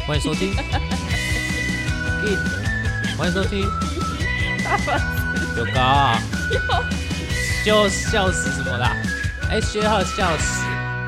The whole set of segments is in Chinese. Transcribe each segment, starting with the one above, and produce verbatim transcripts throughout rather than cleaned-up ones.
欢迎收听，欢迎收听，有高啊，就笑死什么啦？哎、欸，学号笑死，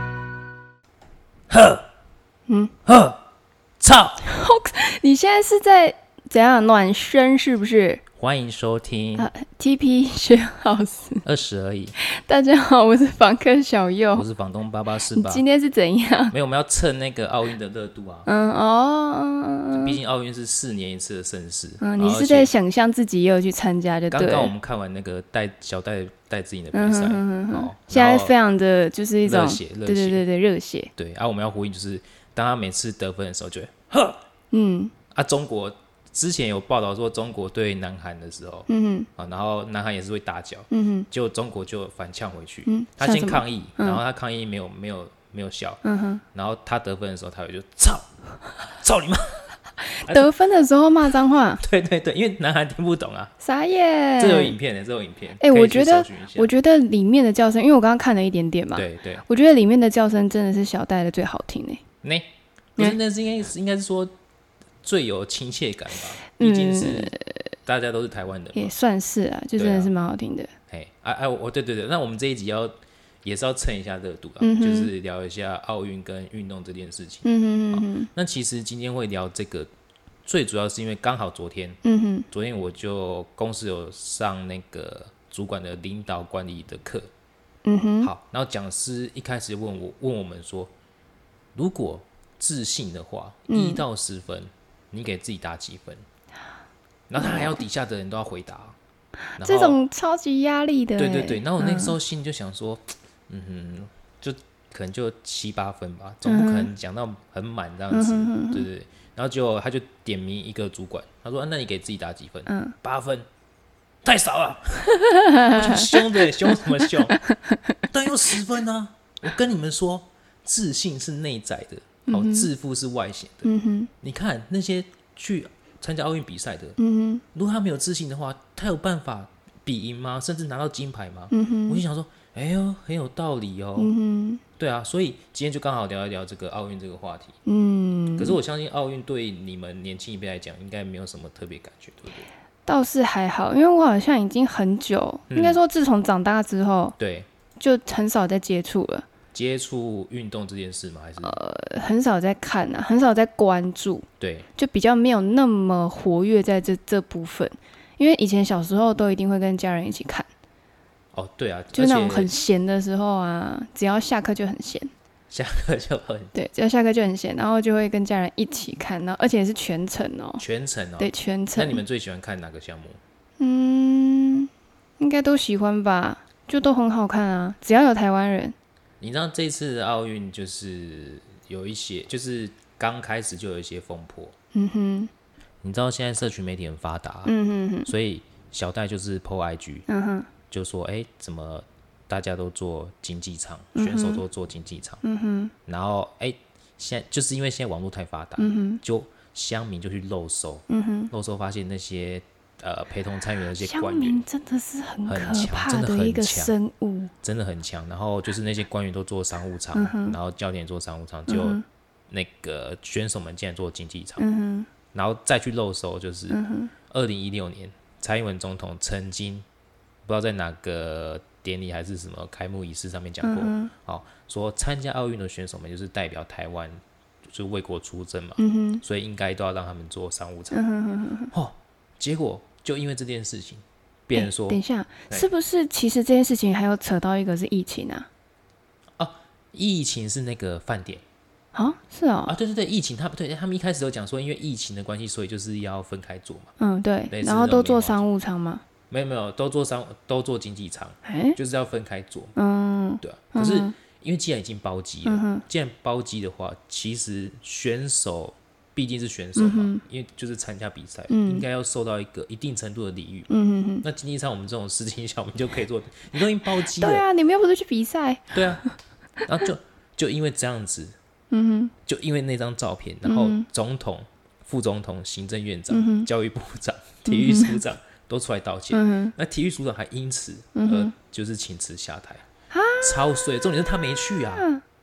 呵，嗯，呵，操！ 你现在是在怎样暖身是不是？ 欢迎收听、 啊、T P 学好死二十而已。 大家好，我是房客小佑， 我是房东八八四八。 你今天是怎样？ 没有，我们要蹭那个奥运的热度啊。 嗯哦， 毕竟奥运是四年一次的盛事。 嗯，你是在想象自己也有去参加就对了。 刚刚我们看完那个带小戴戴资颖的比赛、嗯嗯嗯哦， 现在非常的就是一种热血， 对对对对热血。 对，啊，我们要呼应就是，当他每次得分的时候就会呵， 嗯， 啊，中国。之前有报道说中国对南韩的时候，嗯哼，啊，然后南韩也是会大叫，嗯哼，结果中国就反呛回去，嗯，他先抗议，嗯、然后他抗议没有没有没有效，嗯哼，然后他得分的时候，他就操，操你妈！ 得分的时候骂脏话， 对对对，因为南韩听不懂啊， 傻眼， 这有影片的，这有影片， 哎、欸，我觉得我觉得里面的叫声，因为我刚刚看了一点点嘛， 对对， 我觉得里面的叫声真的是小戴的最好听诶， 那、欸，不是，那是应该是应该是说。最有亲切感吧，毕竟是大家都是台湾人嘛、嗯， 也算是啊，就真的是蛮好听的。 哎哎哎，我对对对，那我们这一集要也是要蹭一下热度啊、嗯，就是聊一下奥运跟运动这件事情。嗯哼嗯哼。那其实今天会聊这个，最主要是因为刚好昨天，嗯哼，昨天我就公司有上那个主管的领导管理的课，嗯哼。好，然后讲师一开始问我问我们说，如果自信的话，一、嗯、到十分。你给自己打几分？然后他还要底下的人都要回答， 这种超级压力的。 对对对，然后我那个时候心就想说，嗯哼，就可能就七八分吧，总不可能讲到很满这样子，嗯、对对对。然后就他就点名一个主管，他说：“啊、那你给自己打几分？”嗯，八分，太少了。我想凶的，凶什么凶？但有十分啊！我跟你们说，自信是内在的。好，自负是外显的、嗯。你看那些去参加奥运比赛的、嗯，如果他没有自信的话，他有办法比赢吗？甚至拿到金牌吗？嗯、我就想说，哎呦，很有道理哦、嗯。对啊，所以今天就刚好聊一聊这个奥运这个话题。嗯，可是我相信奥运对你们年轻一辈来讲，应该没有什么特别感觉，对不对？ 倒是还好，因为我好像已经很久，嗯、应该说自从长大之后， 对， 就很少再接触了。 接触运动这件事吗？还是呃，很少在看啊，很少在关注， 对， 就比较没有那么活跃在这这部分。因为以前小时候都一定会跟家人一起看， 哦，对啊， 就那种很闲的时候啊，只要下课就很闲， 下课就很对，只要下课就很闲，然后就会跟家人一起看，然后而且是全程哦， 全程哦， 对，全程。 那你们最喜欢看哪个项目？ 嗯，应该都喜欢吧，就都很好看啊，只要有台湾人。 你知道这次的奥运就是有一些，就是刚开始就有一些风波。嗯哼，你知道现在社群媒体很发达，嗯哼哼，所以小戴就是 po I G， 嗯哼，就说哎、欸，怎么大家都做竞技场、嗯，选手都做竞技场，嗯哼，然后哎、欸，现在就是因为现在网络太发达，嗯哼，就乡民就去漏搜，嗯哼，漏搜发现那些。呃，陪同参与的那些官员， 乡民真的是很可怕的一个生物， 真的很强。然后就是那些官员都做商务舱、嗯，然后教练做商务舱，就、嗯、那个选手们竟然做竞技场、嗯，然后再去漏搜，就是二零一六年蔡英文总统曾经不知道在哪个典礼还是什么开幕仪式上面讲过，嗯、哦，说参加奥运的选手们就是代表台湾，就是为国出征嘛、嗯，所以应该都要让他们做商务舱、嗯，哦。结果就因为这件事情，别人说、欸：“ 等一下，是不是其实这件事情还有扯到一个是疫情啊？ 哦，疫情是那个饭店啊，是哦， 啊，对对对，疫情他不对，他们一开始有讲说，因为疫情的关系，所以就是要分开做嘛。 嗯，对，然后都做商务舱吗？ 没有没有，都做商都做经济舱、 欸，就是要分开做。 嗯， 对啊。可是、嗯、因为既然已经包机了、嗯，既然包机的话，其实选手。”毕竟是选手嘛、嗯，因为就是参加比赛、嗯，应该要受到一个一定程度的礼遇。嗯哼哼。那经济舱我们这种市井小民就可以做，你都已经包机了。 对啊，你们又不是去比赛。 对啊，然后就就因为这样子，嗯哼，就因为那张照片，然后总统、嗯、副总统、行政院长、嗯、教育部长、体育署长都出来道歉。嗯、那体育署长还因此而就是请辞下台，嗯、超衰。重点是他没去啊。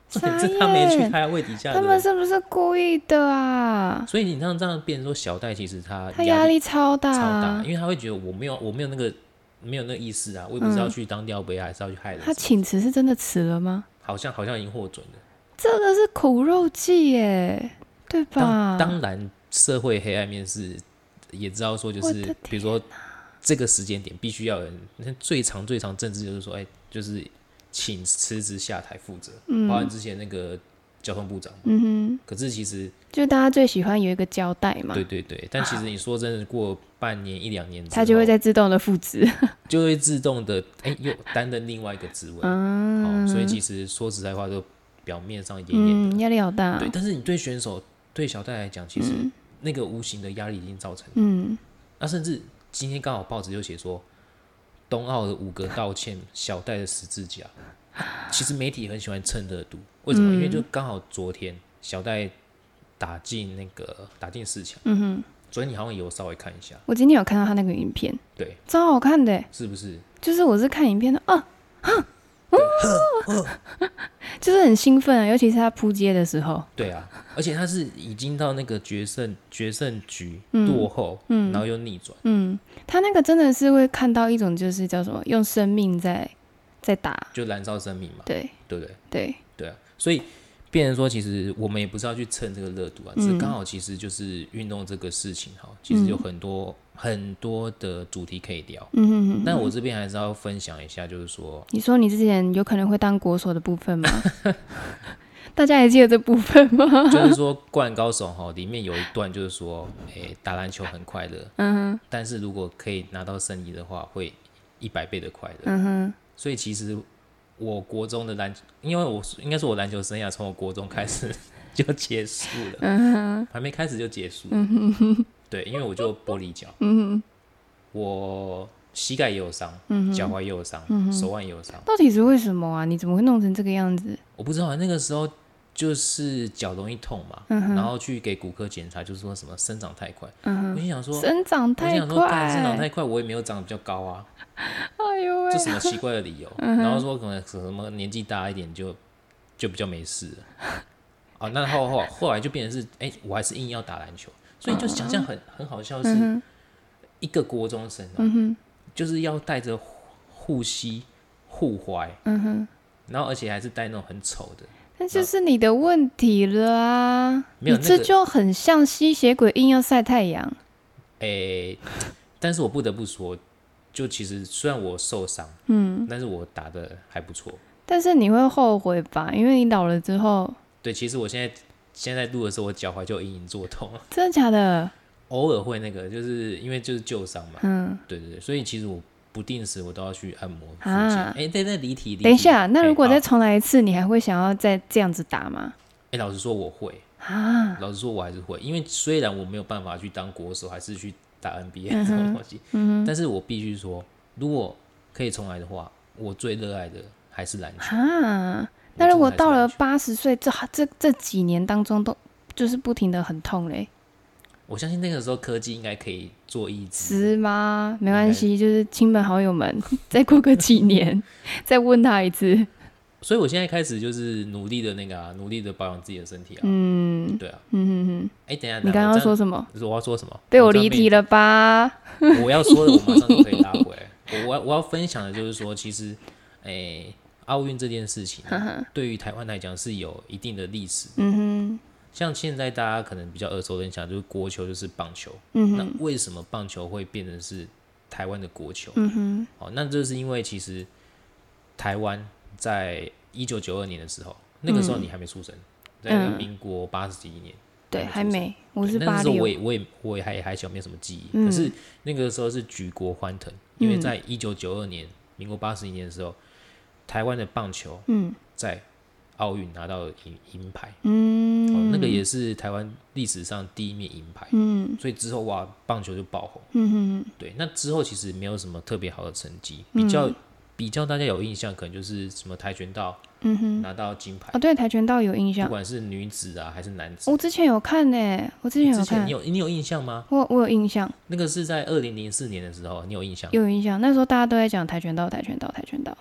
重点是他没去，他要喂底下的人。 他们是不是故意的啊？ 所以你让这样变成说小戴其实他他压力超大、啊， 超大，因为他会觉得我没有我没有那个没有那个意思啊，我也不是要去当吊杯、嗯、还是要去害人。 他请辞是真的辞了吗？ 好像好像已经获准了。 这个是苦肉计耶，对吧？ 当当然，社会黑暗面是也知道说，就是比如说这个时间点必须要有人，最长最长政治就是说，哎、欸，就是请辞职下台负责，嗯、包含之前那个交通部长嘛，嗯哼。可是其实就大家最喜欢有一个交代嘛， 对对对。但其实你说真的，过半年一两年之后， 他就会再自动的复职， 就会自动的哎、欸、又担任另外一个职位，嗯、哦。所以其实说实在话，就表面上演演的， 压、嗯、力好大。 对，但是你对选手对小戴来讲，其实那个无形的压力已经造成了， 嗯。 那甚至今天刚好报纸就写说，冬奥的五个道歉，小戴的十字架。其实媒体很喜欢蹭热度，为什么？嗯、因为就刚好昨天小戴打进那个打进四强。嗯哼。昨天你好像也有稍微看一下。 我今天有看到他那个影片， 对， 超好看的， 是不是？ 就是我是看影片的啊，哦、就是很兴奋啊，尤其是他扑街的时候。 对啊，而且他是已经到那个决胜决胜局落后，嗯，然后又逆转， 嗯，他那个真的是会看到一种就是叫什么，用生命在在打， 就燃烧生命嘛， 对， 对不对？ 对， 对啊，所以变成说，其实我们也不是要去蹭这个热度啊，只是刚好其实就是运动这个事情哈，其实有很多、嗯、很多的主题可以聊。嗯哼哼。但我这边还是要分享一下，就是说， 你说你之前有可能会当国手的部分吗？大家还记得这部分吗？ 就是说，《灌篮高手》哈里面有一段就是说，欸、打篮球很快乐，嗯哼，但是如果可以拿到胜利的话，会一百倍的快乐。嗯哼。所以其实我国中的篮，因为我应该说我篮球生涯从我国中开始就结束了，嗯、还没开始就结束了。嗯、对，因为我就玻璃脚，嗯、我膝盖也有伤，脚踝也有伤，嗯、手腕也有伤。 到底是为什么啊？你怎么会弄成这个样子？ 我不知道，那个时候就是脚容易痛嘛，嗯、然后去给骨科检查，就是说什么生长太快。嗯、我心想说， 生长太快，我心想说， 生长太快，我也没有长得比较高啊。 哎呦喂， 这什么奇怪的理由？嗯、然后说可能什么年纪大一点就就比较没事了。啊，那后后后来就变成是，哎、欸，我还是硬要打篮球，所以就想象很很好笑是，嗯、一个国中生、喔嗯、就是要带着护膝、护踝，嗯、然后而且还是带那种很丑的。 那就是你的问题了啊！ 没有、 那個，你这就很像吸血鬼硬要晒太阳。 哎、欸，但是我不得不说。就其实虽然我受伤，嗯，但是我打得还不错。 但是你会后悔吧？因为你老了之后， 对，其实我现在现在录的时候，我脚踝就隐隐作痛了。 真的假的？ 偶尔会那个，就是因为就是旧伤嘛，嗯，对对对，所以其实我不定时我都要去按摩附近。啊，哎、欸，对对，离题。 等一下，那如果再重来一次，欸、你还会想要再这样子打吗？ 哎、欸，老实说我会啊，老实说我还是会，因为虽然我没有办法去当国手，还是去。打 N B A 这种东西，嗯嗯、但是我必须说，如果可以重来的话，我最热爱的还是篮球啊。 那如果到了八十岁，这这这几年当中都就是不停的很痛嘞。 我相信那个时候科技应该可以做抑制， 是吗？没关系，就是亲朋好友们再过个几年再问他一次。 所以我现在开始就是努力的那个啊，努力的保养自己的身体啊。嗯，对啊。嗯哼哼。哎、欸，等一下， 你刚刚说什么？ 就是我要说什么？ 被我离题了吧？ 我要说的，我马上就可以拉回来。我我要分享的就是说，其实，哎、欸，奥运这件事情、啊，对于台湾来讲是有一定的历史。嗯哼。像现在大家可能比较耳熟能详，就是国球就是棒球。嗯哼。那为什么棒球会变成是台湾的国球？嗯哼。哦，那就是因为其实台湾。在一九九二年的时候，那个时候你还没出生，嗯、在民国八十几年， 对，还没，我是八六。 那时候我也我也我也还还小，没有什么记忆、嗯。可是那个时候是举国欢腾，因为在一九九二年，民国八十一年的时候，台湾的棒球在奥运拿到银银牌，嗯、哦，那个也是台湾历史上第一面银牌，嗯，所以之后哇，棒球就爆红，嗯哼，对，那之后其实没有什么特别好的成绩，比较。嗯比较大家有印象，可能就是什么跆拳道，嗯哼，拿到金牌。 哦，对，跆拳道有印象， 不管是女子啊还是男子。 我之前有看呢、欸，我之前有看。之前你有你有印象吗？ 我我有印象。 那个是在二零零四年的时候，你有印象？ 有印象，那时候大家都在讲跆拳道，跆拳道，跆拳道。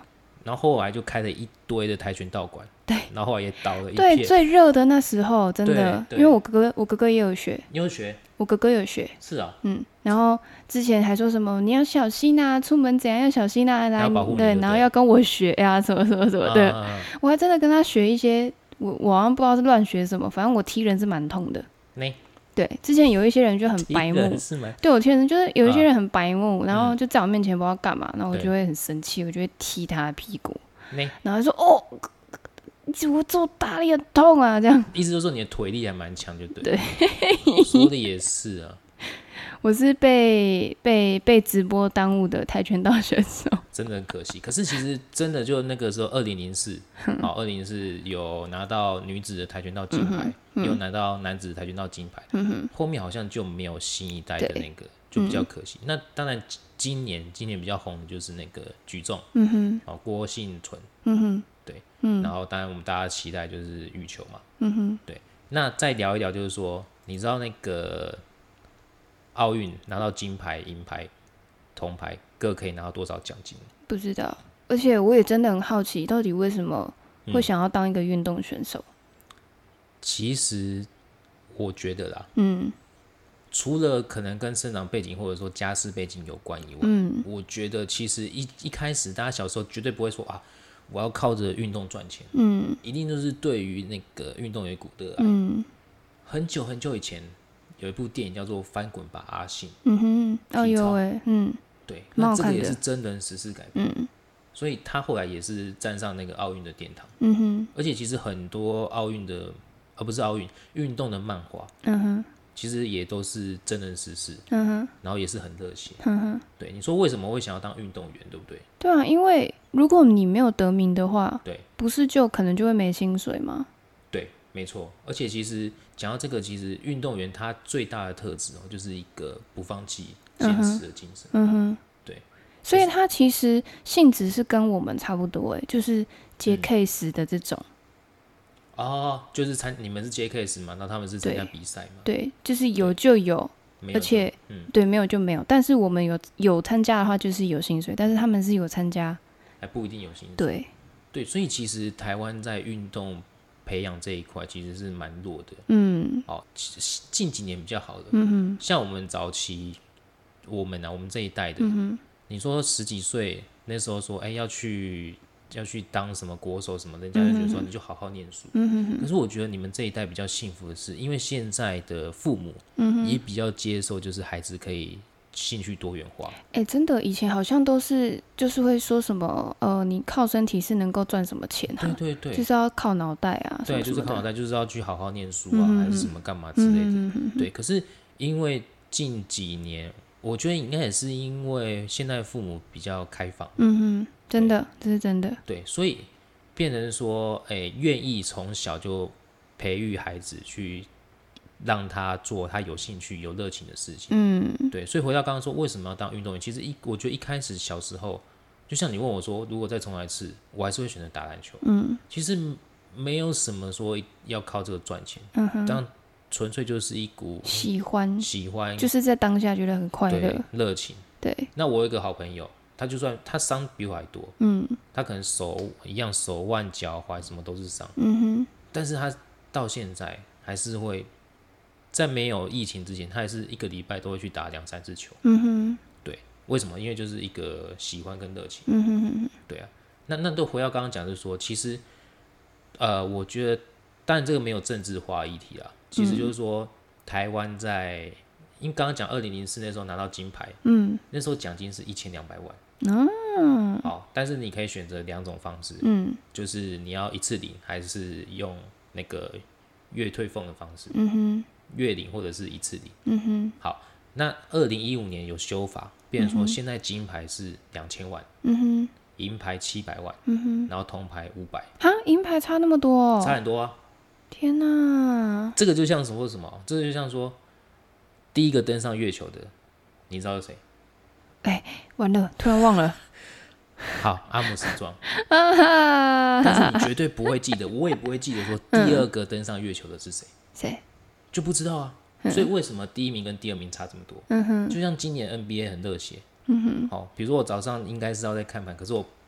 然后后来就开了一堆的跆拳道馆， 对， 然后后来也倒了一对， 片。 最热的那时候真的， 对对因为我哥哥我哥哥也有学， 你有学？ 我哥哥有学， 是啊， 嗯，然后之前还说什么你要小心啊，出门怎样要小心啊，来要保护你对， 对不对然后要跟我学呀、什么什么什么的， 啊我还真的跟他学一些，我我好像不知道是乱学什么，反正我踢人是蛮痛的。 那对，之前有一些人就很白目， 是吗？ 对我踢人就是有一些人很白目， 啊然后就在我面前不知道干嘛，然后我对就会很生气，我就会踢他的屁股， 那然后他说哦，你怎么这么大力，很痛啊，这样。 意思就是说你的腿力还蛮强，就对。 对， 说的也是啊。 我是被被被直播耽误的跆拳道选手， 真的很可惜。可是其实真的就那个时候，二零零四，好，二零零四有拿到女子的跆拳道金牌， 嗯有拿到男子的跆拳道金牌， 嗯后面好像就没有新一代的那个，就比较可惜。那当然，今年今年比较红的就是那个举重， 嗯哼， 好，郭幸存， 嗯哼， 对， 嗯然后当然我们大家期待就是羽球嘛， 嗯哼， 对。那再聊一聊，就是说，你知道那个奥运拿到金牌、银牌、铜牌各可以拿到多少奖金？ 不知道，而且我也真的很好奇，到底为什么会嗯想要当一个运动选手？ 其实我觉得啦， 嗯除了可能跟生长背景或者说家世背景有关以外， 嗯我觉得其实一一开始大家小时候绝对不会说啊，我要靠着运动赚钱， 嗯一定就是对于那个运动有一股热爱。 嗯很久很久以前有一部电影叫做《翻滚吧，阿信》， 嗯哼，哦有哎，嗯对， 蛮好看的那这个也是真人实事改编， 嗯所以他后来也是站上那个奥运的殿堂。 嗯哼而且其实很多奥运的，而、不是奥运运动的漫画， 嗯哼其实也都是真人实事， 嗯哼然后也是很热血。 嗯哼， 对，你说为什么会想要当运动员，对不对？ 对啊，因为如果你没有得名的话， 对不是就可能就会没薪水吗？ 对，没错。而且其实讲到这个，其实运动员他最大的特质哦，就是一个不放弃、坚持的精神。 嗯哼， 对， 所以它其实性质是跟我们差不多哎，就是接嗯 case 的这种， 哦，就是参你们是 J K S 嘛，然后他们是参加比赛嘛， 对，就是有就有， 没有就而且嗯， 对没有就没有，但是我们有有参加的话就是有薪水，但是他们是有参加， 还不一定有薪水。 对， 对，所以其实台湾在运动培养这一块其实是蛮弱的。 嗯哦，其实近几年比较好的， 嗯哼像我们早期，我们啊，我们这一代的， 嗯哼你说十几岁那时候说，哎、要去要去当什么国手什么，人家就觉得说你就好好念书。 嗯哼哼可是我觉得你们这一代比较幸福的是，因为现在的父母嗯哼， 也比较接受，就是孩子可以兴趣多元化。 哎、真的，以前好像都是就是会说什么，呃，你靠身体是能够赚什么钱哈、 对对对， 就是要靠脑袋啊，什对， 么什么的， 就是靠脑袋，就是要去好好念书啊， 嗯哼还是什么干嘛之类的。 嗯哼哼哼对，可是因为近几年，我觉得应该也是因为现在父母比较开放， 嗯哼，真的，这是真的， 对，所以变成说，哎、愿意从小就培育孩子去让他做他有兴趣、有热情的事情。 嗯对，所以回到刚刚说为什么要当运动员，其实一我觉得一开始小时候，就像你问我说，如果再重来一次，我还是会选择打篮球。 嗯其实没有什么说要靠这个赚钱， 嗯哼， 这样纯粹就是一股喜欢， 喜欢， 就是在当下觉得很快对乐， 热情。 对， 那我有一个好朋友，他就算他伤比我还多， 嗯他可能手一样手腕、脚踝什么都是伤， 嗯哼， 但是他到现在还是会在没有疫情之前，他还是一个礼拜都会去打两三次球。 嗯哼， 对，为什么？因为就是一个喜欢跟热情。 嗯哼哼哼， 对啊，那那都回到刚刚讲，就是说，其实呃，我觉得当然这个没有政治化议题啦，其实就是说，台湾在因为刚刚讲二零零四那时候拿到金牌， 嗯那时候奖金是一千两百万。 嗯好，但是你可以选择两种方式， 嗯就是你要一次领，还是用那个月退俸的方式， 嗯哼月领或者是一次领。 嗯哼好，那二零一五年有修法，变成说现在金牌是两千万， 嗯哼银牌七百万， 嗯哼， 然后铜牌五百， 哈，银牌差那么多、哦， 差很多啊。 天哪！ 这个就像什么什么，这个就像说第一个登上月球的，你知道是谁？ 完了，突然忘了。 好，阿姆斯壮。 啊但是你绝对不会记得，我也不会记得说第二个登上月球的是谁， 谁？ 就不知道啊。所以为什么第一名跟第二名差这么多？ 嗯哼， 就像今年 N B A 很热血， 嗯哼， 好，比如说我早上应该是要在看盘，可是我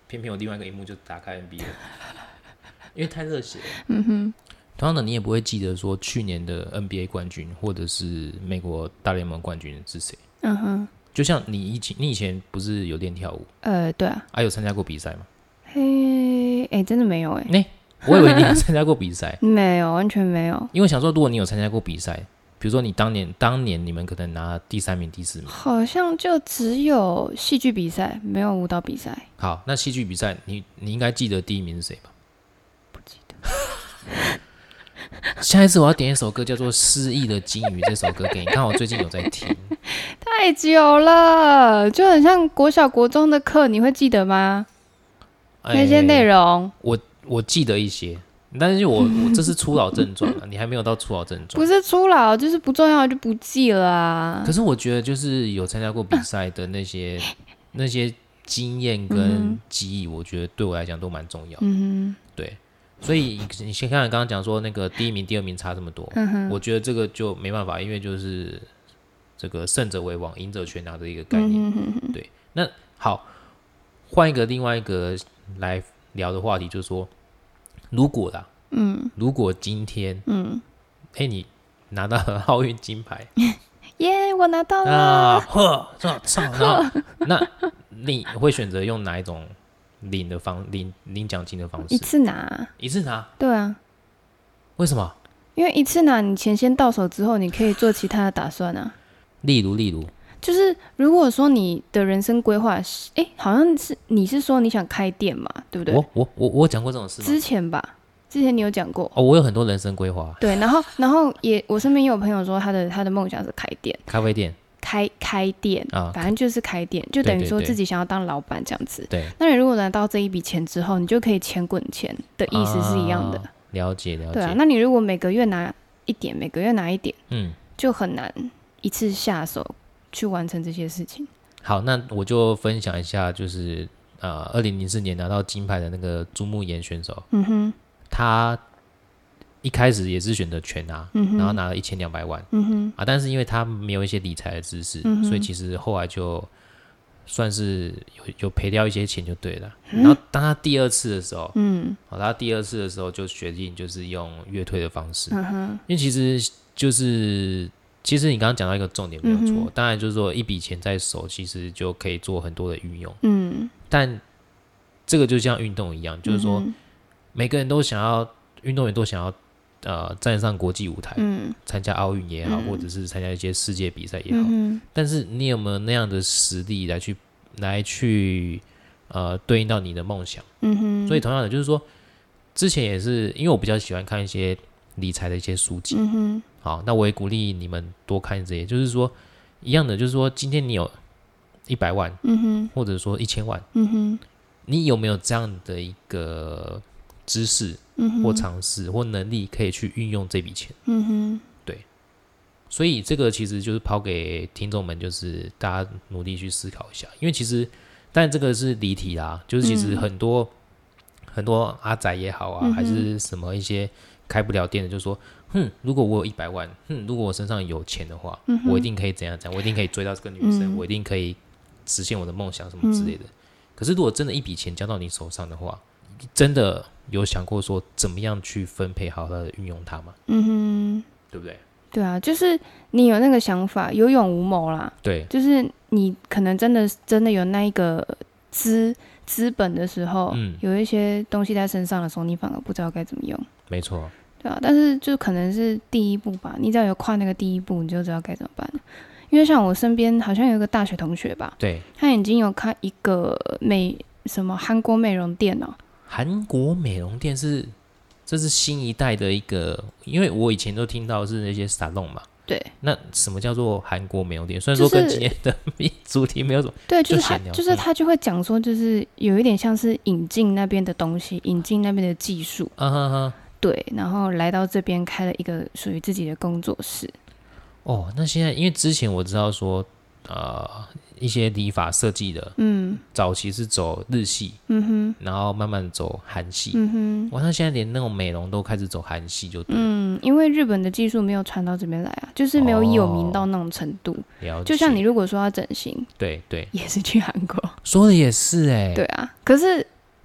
偏偏有另外一个荧幕就打开 N B A， 因为太热血了。 嗯哼。 同样的，你也不会记得说去年的 N B A 冠军或者是美国大联盟冠军是谁。 嗯哼。 就像你以前，你以前不是有练跳舞？ 呃，对啊。 啊，有参加过比赛吗？ 嘿，哎、欸，真的没有哎、 欸。欸我以为你有参加过比赛， 没有，完全没有。 因为想说，如果你有参加过比赛，比如说你当年当年你们可能拿第三名、第四名， 好像就只有戏剧比赛，没有舞蹈比赛。 好，那戏剧比赛，你你应该记得第一名是谁吧？ 不记得。 下一次我要点一首歌叫做《失忆的金鱼》，这首歌给你，刚好最近有在听。 太久了，就很像国小国中的课，你会记得吗？欸、那些内容， 我。我记得一些，但是我我这是初老症状啊，你还没有到初老症状。 不是初老，就是不重要就不记了啊。 可是我觉得，就是有参加过比赛的那些、啊、那些经验跟记忆、嗯，我觉得对我来讲都蛮重要的。嗯对，所以你先看看刚刚讲说那个第一名、第二名差这么多、嗯，我觉得这个就没办法，因为就是这个胜者为王、赢者全拿的一个概念。嗯、对，那好，换一个另外一个来聊的话题，就是说。如果啦，嗯，如果今天，嗯，哎、欸，你拿到了奥运金牌， 耶，我拿到了， 啊，呵，操，然后那你会选择用哪一种领的方领领奖金的方式？ 一次拿， 一次拿， 对啊， 为什么？ 因为一次拿，你钱先到手之后，你可以做其他的打算啊。 例如，例如， 就是如果说你的人生规划，哎，好像是你是说你想开店嘛，对不对？ 我我我我讲过这种事吗？ 之前吧，之前你有讲过。 哦，我有很多人生规划。 对，然后然后也我身边也有朋友说他的他的梦想是开店， 咖啡店， 开开店啊，反正就是开店，就等于说自己想要当老板这样子。 对， 那你如果拿到这一笔钱之后，你就可以钱滚钱的意思是一样的。啊、 了解了解。 对啊，那你如果每个月拿一点，每个月拿一点， 嗯， 就很难一次下手去完成这些事情。 好，那我就分享一下，就是呃，二零零四年拿到金牌的那个朱木炎选手，嗯哼，他一开始也是选择全拿，嗯、然后拿了一千两百万，嗯哼，啊，但是因为他没有一些理财的知识、嗯，所以其实后来就算是有有赔掉一些钱就对了。嗯、然后当他第二次的时候，嗯，好，他第二次的时候就决定就是用月退的方式，嗯哼，因为其实就是。其实你刚刚讲到一个重点没有错、嗯，当然就是说一笔钱在手，其实就可以做很多的运用。嗯，但这个就像运动一样，就是说、嗯、每个人都想要，运动员都想要呃站上国际舞台，嗯，参加奥运也好、嗯，或者是参加一些世界比赛也好、嗯。但是你有没有那样的实力来去来去呃对应到你的梦想？嗯哼。所以同样的，就是说之前也是因为我比较喜欢看一些理财的一些书籍。嗯哼。好，那我也鼓励你们多看这些，就是说一样的，就是说今天你有一百万，嗯哼，或者说一千万，嗯哼，你有没有这样的一个知识，嗯，或尝试或能力可以去运用这笔钱？嗯哼，对，所以这个其实就是抛给听众们，就是大家努力去思考一下，因为其实，但这个是离题啦，就是其实很多、嗯、很多阿宅也好啊、嗯，还是什么一些开不了店的，就说。哼，如果我有一百万，哼，如果我身上有钱的话、嗯，我一定可以怎样怎样，我一定可以追到这个女生、嗯，我一定可以实现我的梦想什么之类的、嗯。可是如果真的一笔钱交到你手上的话，真的有想过说怎么样去分配好好的运用它吗？嗯哼，对不对？ 对啊，就是你有那个想法，有勇无谋啦。 对， 就是你可能真的真的有那一个资资本的时候、嗯，有一些东西在身上的时候，你反而不知道该怎么用。 没错。 对啊，但是就可能是第一步吧，你只要有跨那个第一步，你就知道该怎么办了。因为像我身边好像有一个大学同学吧， 对， 他已经有开一个美什么韩国美容店哦。 韩国美容店是这是新一代的一个，因为我以前都听到是那些沙龙嘛。 对， 那什么叫做韩国美容店？虽然说跟今天的主题没有什么， 对，就是他，就是他就会讲说，就是有一点像是引进那边的东西，引进那边的技术。啊哈哈。对，然后来到这边开了一个属于自己的工作室。 哦，那现在因为之前我知道说，呃，一些理发设计的，嗯，早期是走日系，嗯哼，然后慢慢走韩系，嗯哼，哇，那现在连那种美容都开始走韩系就对了， 嗯，因为日本的技术没有传到这边来啊，就是没有有名到那种程度。 了解。 就像你如果说要整形， 对对， 也是去韩国。 说的也是哎、欸。 对啊，可是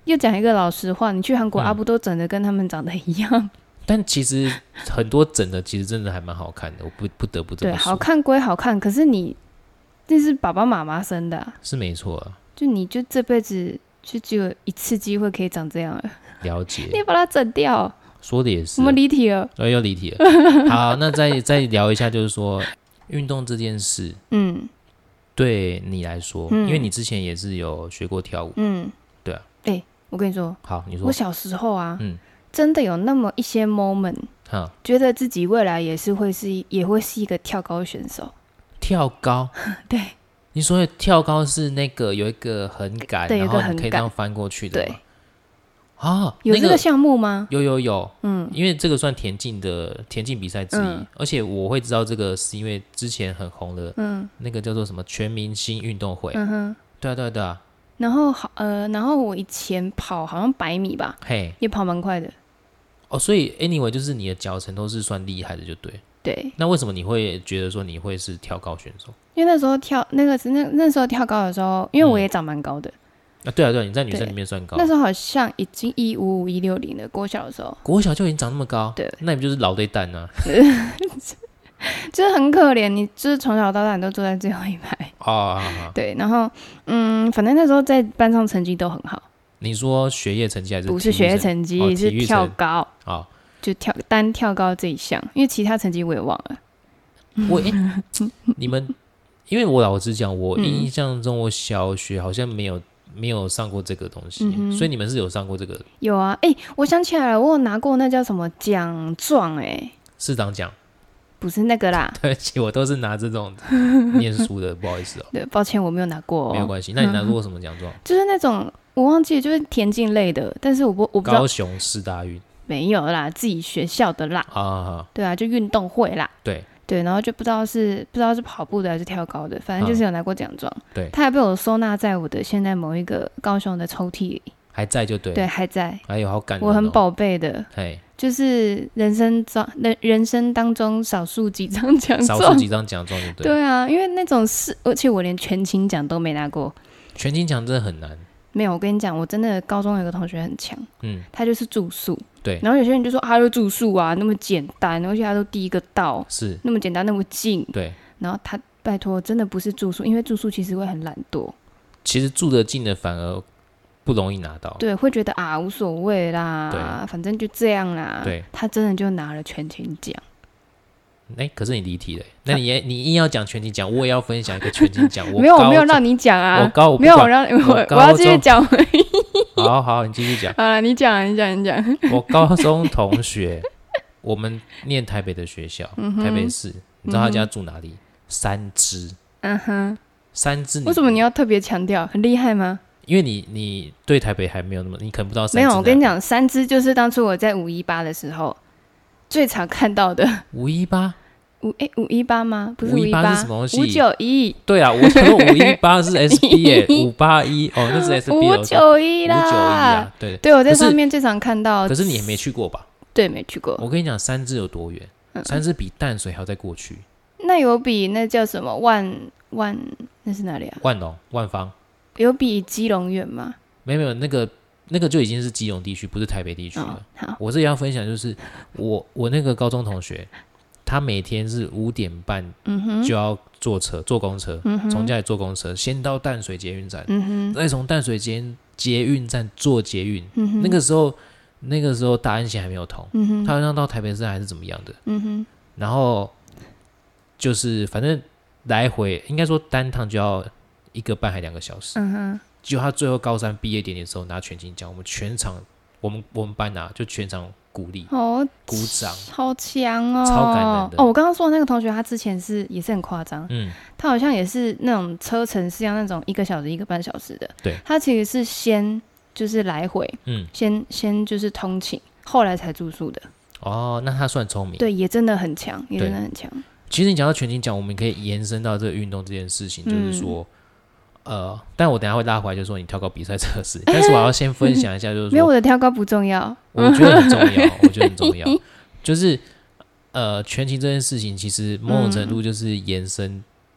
又讲一个老实话，你去韩国、嗯、阿布都整的跟他们长得一样。 但其实很多整的其实真的还蛮好看的，我不不得不这么说。 对，好看归好看，可是你这是爸爸妈妈生的、啊， 是没错啊。 就你就这辈子就只有一次机会可以长这样了。 了解。 你把它整掉。 说的也是。 我们离题了。 哦，又离题了。好，那再再聊一下，就是说运动这件事，嗯，对你来说、嗯，因为你之前也是有学过跳舞，嗯，对啊。 哎、欸，我跟你说， 好，你说， 我小时候啊，嗯。真的有那么一些 moment， 觉得自己未来也是会是也会是一个跳高选手。 跳高？对，你说的跳高是那个有一个横杆，然后你可以这样翻过去的吗？对。啊， 有这个项目吗？ 有有有，嗯，因为这个算田径的田径比赛之一、嗯，而且我会知道这个是因为之前很红的，嗯，那个叫做什么全明星运动会，嗯哼，对啊对啊对啊。 然后好呃，然后我以前跑好像百米吧，嘿，也跑蛮快的。 哦，所以 anyway 就是你的脚程都是算厉害的，就对。对。那为什么你会觉得说你会是跳高选手？ 因为那时候跳那个是那那时候跳高的时候，因为我也长蛮高的、 嗯。啊，对啊对啊，你在女生里面算高。 那时候好像已经一五五一六零了，国小的时候。 国小就已经长那么高？对。那你不就是老对蛋啊？ 就是很可怜，你就是从小到大你都坐在最后一排。哦。对，然后嗯，反正那时候在班上成绩都很好。 你说学业成绩还是不是学业成绩、哦、是跳高、哦、就跳单跳高这一项，因为其他成绩我也忘了。 我、欸、你们因为我老实讲，我印象中我小学好像没有没有上过这个东西、嗯，所以你们是有上过这个？ 有啊，哎、欸，我想起来了，我有拿过那叫什么奖状，哎， 市长奖。 不是那个啦， 对不起，我都是拿这种念书的，不好意思哦。 对，抱歉，我没有拿过、哦。 没有关系，那你拿过什么奖状、嗯？ 就是那种我忘记了，就是田径类的，但是我不我不知道。 高雄市大运没有啦，自己学校的啦。啊，对啊，就运动会啦。对对，然后就不知道是不知道是跑步的还是跳高的，反正就是有拿过奖状。对，他还被我收纳在我的现在某一个高雄的抽屉里。 还在就对。 对，还在。 哎呦，好感人、哦！ 我很宝贝的。嘿。就是人生中人人生当中少数几张奖状， 少数几张奖状就对。 对啊，因为那种是，而且我连全勤奖都没拿过。 全勤奖真的很难。 没有，我跟你讲，我真的高中有个同学很强，嗯，他就是住宿。 对。 然后有些人就说，啊，他就住宿啊，那么简单，而且他都第一个到，是那么简单，那么近。对。然后他拜托，真的不是住宿，因为住宿其实会很懒惰。 其实住得近的反而不容易拿到， 对，会觉得啊无所谓啦，反正就这样啦。对，他真的就拿了全勤奖。 哎、欸，可是你离题了，那你、啊、你硬要讲全勤奖，我也要分享一个全勤奖。 没有，我没有让你讲啊， 我高我没有我让我我要继续讲。 好好，你继续讲。 好了，你讲，你讲，你讲。 我高中同学，我们念台北的学校，嗯、台北市，你知道他家住哪里？嗯、三芝。嗯哼，三芝。 为什么你要特别强调？很厉害吗？ 因为你你对台北还没有那么，你可能不知道三芝。 没有，我跟你讲，三芝就是当初我在五一八的时候最常看到的。 五一八？ 五哎五一八吗？不是五一八是什么东西？ 五九一。 对啊，我说五一八是 S B 耶，五八一哦，那是 S B。 五九一啦， 五九一啊，对对，我在上面最常看到。 可是你也没去过吧？ 对，没去过。 我跟你讲，三芝有多远？嗯、三芝比淡水还要再过去。 那有比那叫什么万万那是哪里啊？ 万隆、万芳。 有比基隆远吗？ 没有没有，那个那个就已经是基隆地区，不是台北地区了。哦、好，我这里要分享就是我我那个高中同学，他每天是五点半就要坐车、嗯、坐公车，嗯、从家里坐公车，先到淡水捷运站，嗯、再从淡水捷捷运站坐捷运。嗯、那个时候那个时候大安线还没有通，嗯、他好像到台北市还是怎么样的。嗯、然后就是反正来回应该说单趟就要一个半还两个小时。嗯就他最后高三毕业典礼的时候拿全勤奖，我们全场，我们我们班拿、啊、就全场鼓励，哦，鼓掌， 好强哦， 超感人的。 哦，我刚刚说的那个同学，他之前是也是很夸张，嗯，他好像也是那种车程是要那种一个小时一个半小时的，对，他其实是先就是来回，嗯，先先就是通勤，后来才住宿的。 哦，那他算聪明， 对，也真的很强，也真的很强。 其实你讲到全勤奖，我们可以延伸到这个运动这件事情，就是说。嗯呃，但我等一下会拉回来，就说你跳高比赛这个事，但是我要先分享一下，就是说， 没有我的跳高不重要， 我觉得很重要，我觉得很重要，就是呃，全勤这件事情，其实某种程度就是延伸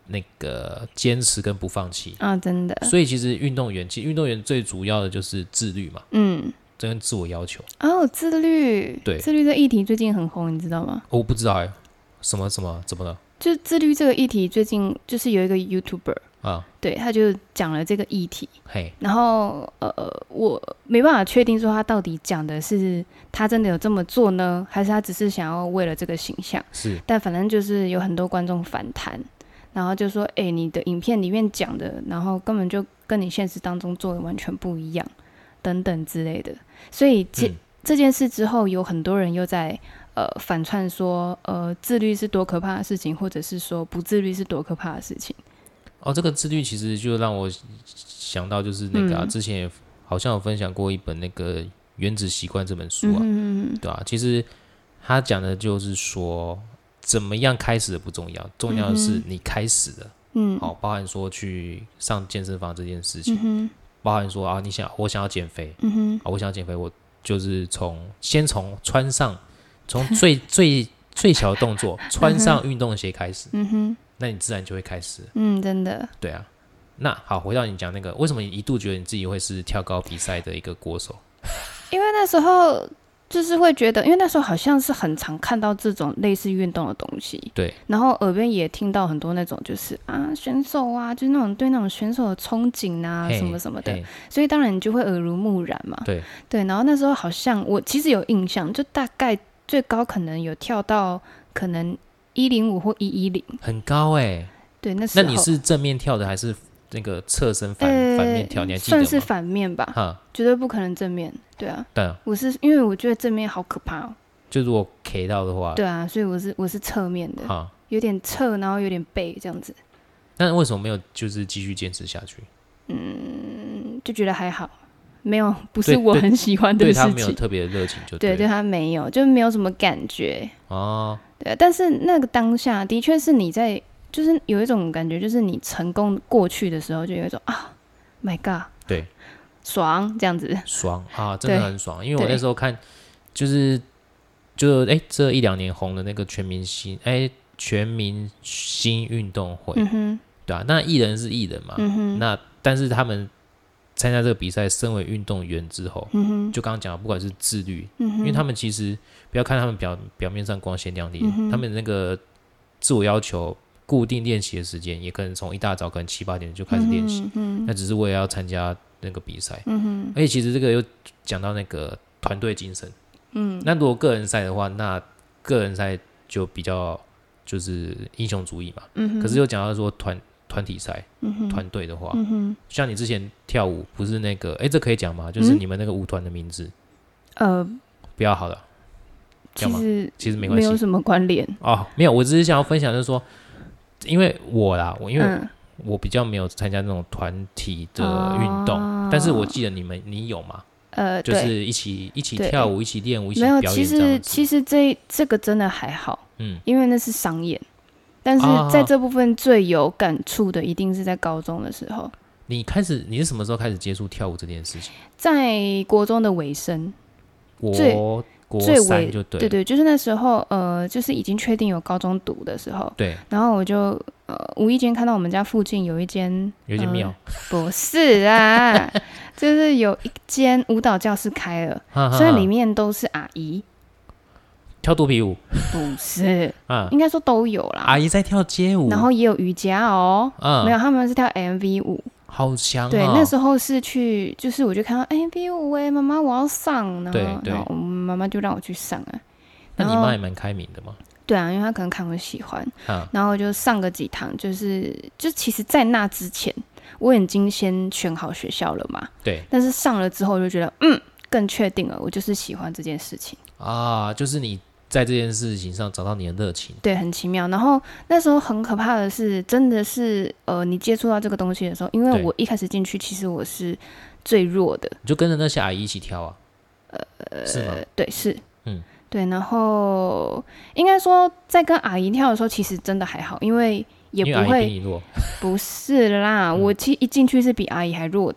那个坚持跟不放弃啊，真的。 所以其实运动员，其实运动员最主要的就是自律嘛，嗯，这跟自我要求。 哦，自律， 对， 自律这议题最近很红，你知道吗？ 我不知道哎，什么什么怎么了？ 就自律这个议题，最近就是有一个 YouTuber 啊，对，他就讲了这个议题，嘿，然后呃，我没办法确定说他到底讲的是他真的有这么做呢，还是他只是想要为了这个形象，是，但反正就是有很多观众反弹，然后就说，哎、欸，你的影片里面讲的，然后根本就跟你现实当中做的完全不一样，等等之类的，所以这、嗯、这件事之后，有很多人又在。呃，反串说，呃，自律是多可怕的事情，或者是说不自律是多可怕的事情。 哦，这个自律其实就让我想到，就是那个、啊嗯、之前也好像有分享过一本那个《原子习惯》这本书啊，嗯、对吧、啊？其实他讲的就是说，怎么样开始的不重要，重要的是你开始了。嗯，好、哦，包含说去上健身房这件事情，嗯、包含说啊，你想我想要减肥，嗯哼，啊，我想要减肥，我就是从先从穿上。从最最最小的动作穿上运动鞋开始，嗯哼，那你自然就会开始。 嗯，真的。 对啊，那好，回到你讲那个，为什么你一度觉得你自己会是跳高比赛的一个国手？ 因为那时候就是会觉得，因为那时候好像是很常看到这种类似运动的东西， 对。 然后耳边也听到很多那种就是啊选手啊，就是那种对那种选手的憧憬啊什么什么的，所以当然你就会耳濡目染嘛。 对对，然后那时候好像我其实有印象，就大概。最高可能有跳到可能一零五或一一零， 很高哎、欸。 对，那时候那你是正面跳的还是那个侧身反、呃、反面跳？你还记得吗？ 算是反面吧，哈，绝对不可能正面。对啊， 对啊， 我是因为我觉得正面好可怕哦。 就如果 K 到的话， 对啊，所以我是我是侧面的，哈，有点侧，然后有点背这样子。 那为什么没有就是继续坚持下去？ 嗯，就觉得还好。没有，不是我很喜欢的事情。 对他没有特别的热情就对， 对，对他没有，就没有什么感觉哦。对，但是那个当下的确是你在，就是有一种感觉，就是你成功过去的时候，就有一种啊 ，My God， 对， 爽这样子， 爽啊，真的很爽。因为我那时候看，就是就哎、欸、这一两年红的那个全明星哎、欸、全明星运动会，嗯哼，对啊，那艺人是艺人嘛，嗯哼，那但是他们。参加这个比赛，身为运动员之后，嗯、就刚刚讲的，不管是自律、嗯，因为他们其实不要看他们表表面上光鲜亮丽、嗯，他们那个自我要求，固定练习的时间，也可能从一大早可能七八点就开始练习、嗯，那只是为了要参加那个比赛、嗯，而且其实这个又讲到那个团队精神，嗯，那如果个人赛的话，那个人赛就比较就是英雄主义嘛，嗯，可是又讲到说团。团体赛，团队的话、嗯，像你之前跳舞，不是那个，哎，这可以讲吗？就是你们那个舞团的名字，呃，不要好了， 其实其实没关系， 没有什么关联哦，没有，我只是想要分享，就是说，因为我啦，我因为我比较没有参加那种团体的运动、哦，但是我记得你们你有吗？呃，就是一起一起跳舞，一起练舞，一起表演这样子。 没有，其实其实这这个真的还好，嗯，因为那是商演。但是在这部分最有感触的，一定是在高中的时候。 你开始，你是什么时候开始接触跳舞这件事情？ 在国中的尾声， 国国三就对， 对对，就是那时候，呃，就是已经确定有高中读的时候， 对。 然后我就呃无意间看到我们家附近有一间有一间庙、 呃，不是啊，就是有一间舞蹈教室开了，虽然里面都是阿姨。 跳肚皮舞不是、嗯，应该说都有啦。 阿姨在跳街舞， 然后也有瑜伽哦。嗯，没有，他们是跳 M V 舞， 好强、哦。 对，那时候是去，就是我就看到 M V 舞哎，妈妈我要上，然后对对， 然后我妈妈就让我去上啊。 那你妈也蛮开明的嘛？ 对啊，因为她可能看我喜欢，嗯、然后我就上个几堂，就是就其实，在那之前我已经先选好学校了嘛。 对， 但是上了之后，我就觉得嗯，更确定了，我就是喜欢这件事情啊，就是你。在这件事情上找到你的热情， 对，很奇妙。然后那时候很可怕的是，真的是呃，你接触到这个东西的时候，因为我一开始进去，其实我是最弱的， 你就跟着那些阿姨一起跳啊， 呃， 是吗？ 对，是，嗯，对。然后应该说，在跟阿姨跳的时候，其实真的还好，因为也不会， 比你弱， 不是啦，嗯、我其实一进去是比阿姨还弱的。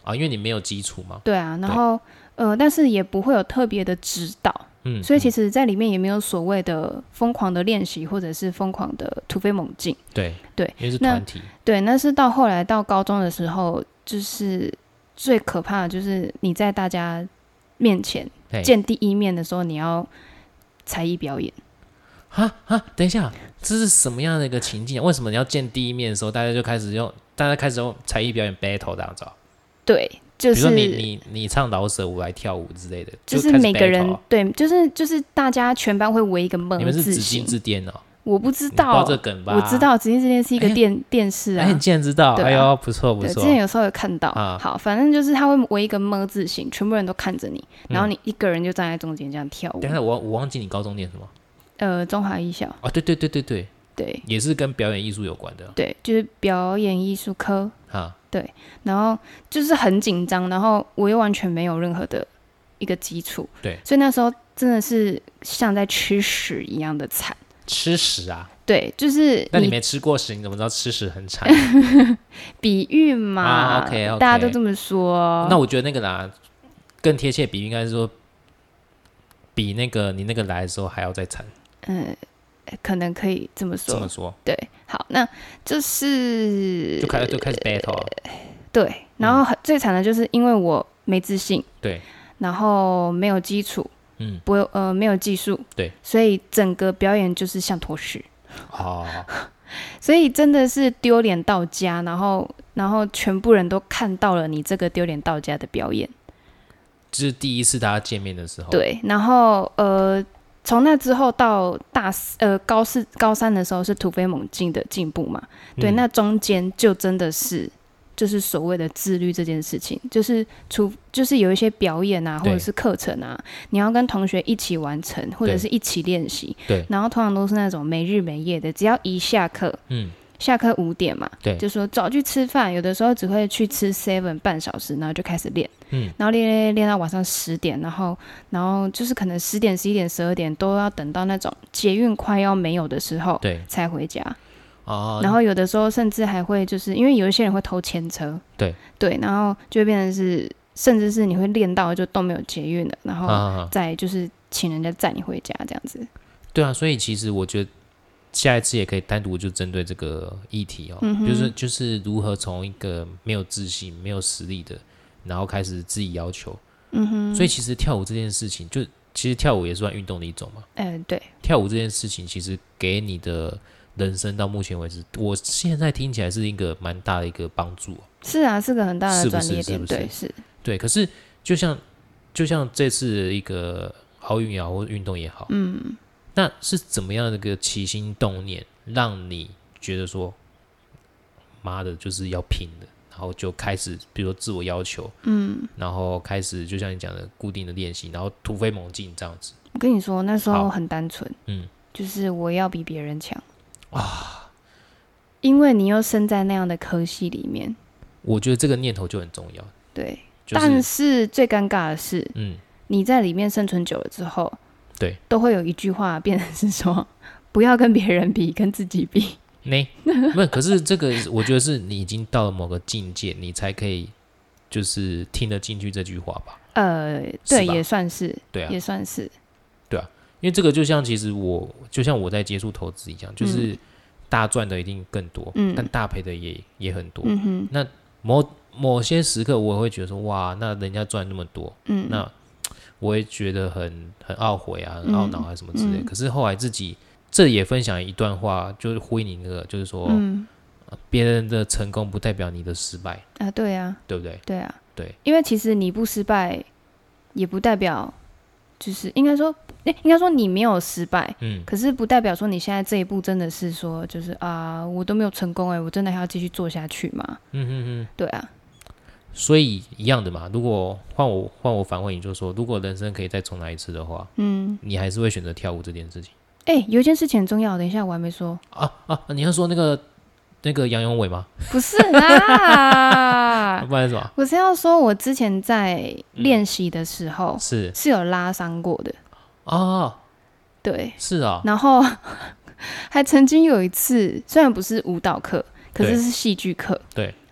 啊，因为你没有基础嘛。 对啊，然后呃，但是也不会有特别的指导。嗯，所以其实在里面也没有所谓的疯狂的练习或者是疯狂的突飞猛进。 对对， 因为是团体。 对，那是到后来到高中的时候，就是最可怕的就是你在大家面前见第一面的时候，你要才艺表演。 哈哈，等一下，这是什么样的一个情境？为什么你要见第一面的时候，大家就开始用大家开始用才艺表演 battle 这样子？ 对。就是、 比如说你你你唱饶舌舞来跳舞之类的， 就是每个人对，就是就是大家全班会围一个么字形。 你们是紫禁之巅哦？ 我不知道， 报这梗吧？ 我知道紫禁之巅是一个电、欸、电视啊。 哎、欸，你竟然知道？ 啊、 哎呦，不错不错。 之前有时候有看到、啊。好，反正就是他会围一个么字形，全部人都看着你，然后你一个人就站在中间这样跳舞。 等一下，我我忘记你高中念什么？ 呃，中华艺校。 哦，对对对对对。 对， 也是跟表演艺术有关的。 对，就是表演艺术科。 哈， 对，然后就是很紧张，然后我又完全没有任何的一个基础， 对， 所以那时候真的是像在吃屎一样的惨。 吃屎啊？ 对，就是那你没吃过屎，你怎么知道吃屎很惨？ 比喻嘛、 啊、，OK OK， 大家都这么说。 那我觉得那个啦，更贴切比喻应该是说，比那个你那个来的时候还要再惨。 嗯。可能可以这么说， 这么说， 对，好，那就是就开就开始 battle 了， 对，然后、嗯、最惨的就是因为我没自信， 对， 然后没有基础，嗯，不呃没有技术， 对， 所以整个表演就是像坨屎， 哦， 所以真的是丢脸到家，然后然后全部人都看到了你这个丢脸到家的表演， 就是第一次大家见面的时候， 对，然后呃。从那之后到大四呃高四高三的时候是突飞猛进的进步嘛，对，嗯、那中间就真的是就是所谓的自律这件事情，就是除就是有一些表演啊或者是课程啊，你要跟同学一起完成或者是一起练习，对，然后通常都是那种没日没夜的，只要一下课，嗯。下课五点嘛，对，就说早去吃饭，有的时候只会去吃 seven 半小时，然后就开始练，嗯，然后练练练到晚上十点，然后然后就是可能十点、十一点、十二点都要等到那种捷运快要没有的时候，对，才回家。哦，然后有的时候甚至还会就是因为有一些人会偷牵车，对对，然后就会变成是，甚至是你会练到就都没有捷运了，然后再就是请人家载你回家这样子。 对啊，所以其实我觉得。下一次也可以单独就针对这个议题哦，嗯、就是就是如何从一个没有自信、没有实力的，然后开始自己要求。嗯哼。所以其实跳舞这件事情，就其实跳舞也算运动的一种嘛。嗯、呃，对。跳舞这件事情，其实给你的人生到目前为止，我现在听起来是一个蛮大的一个帮助。是啊，是个很大的转捩点，是不是？对，是。 对，可是就像就像这次的一个奥运也好，或者运动也好，嗯。那是怎么样的一个起心动念，让你觉得说，妈的，就是要拼的，然后就开始，比如说自我要求，嗯，然后开始就像你讲的固定的练习，然后突飞猛进这样子。 我跟你说，那时候很单纯，嗯，就是我要比别人强啊，因为你又身在那样的科系里面， 我觉得这个念头就很重要。 对，就是、但是最尴尬的是，嗯，你在里面生存久了之后。对，都会有一句话变成是说，不要跟别人比，跟自己比。 那不，可是这个我觉得是你已经到了某个境界，你才可以就是听得进去这句话吧？呃， 对，也算是， 对啊， 也算是， 对啊，因为这个就像其实我就像我在接触投资一样，就是大赚的一定更多，嗯，但大赔的也也很多。嗯哼，那某某些时刻我会觉得说，哇，那人家赚那么多，嗯，那。我会觉得很很懊悔啊，很懊恼啊什么之类的、嗯嗯。可是后来自己这也分享一段话，就是呼应你那个，就是说，嗯呃、别人的成功不代表你的失败啊，对啊， 对不对？ 对啊， 对， 因为其实你不失败，也不代表就是应该说，应该说你没有失败，嗯，可是不代表说你现在这一步真的是说，就是啊，我都没有成功哎、欸，我真的还要继续做下去吗？嗯哼哼，对啊。 所以一样的嘛，如果换我换我反问你，就是说，如果人生可以再重来一次的话，嗯，你还是会选择跳舞这件事情？ 哎、欸，有一件事情很重要，等一下我还没说啊啊！你要说那个那个杨永伟吗？ 不是啦， 不然是什么？ 我是要说，我之前在练习的时候、嗯、是是有拉伤过的哦，对， 是啊， 然后还曾经有一次，虽然不是舞蹈课，可是是戏剧课， 对。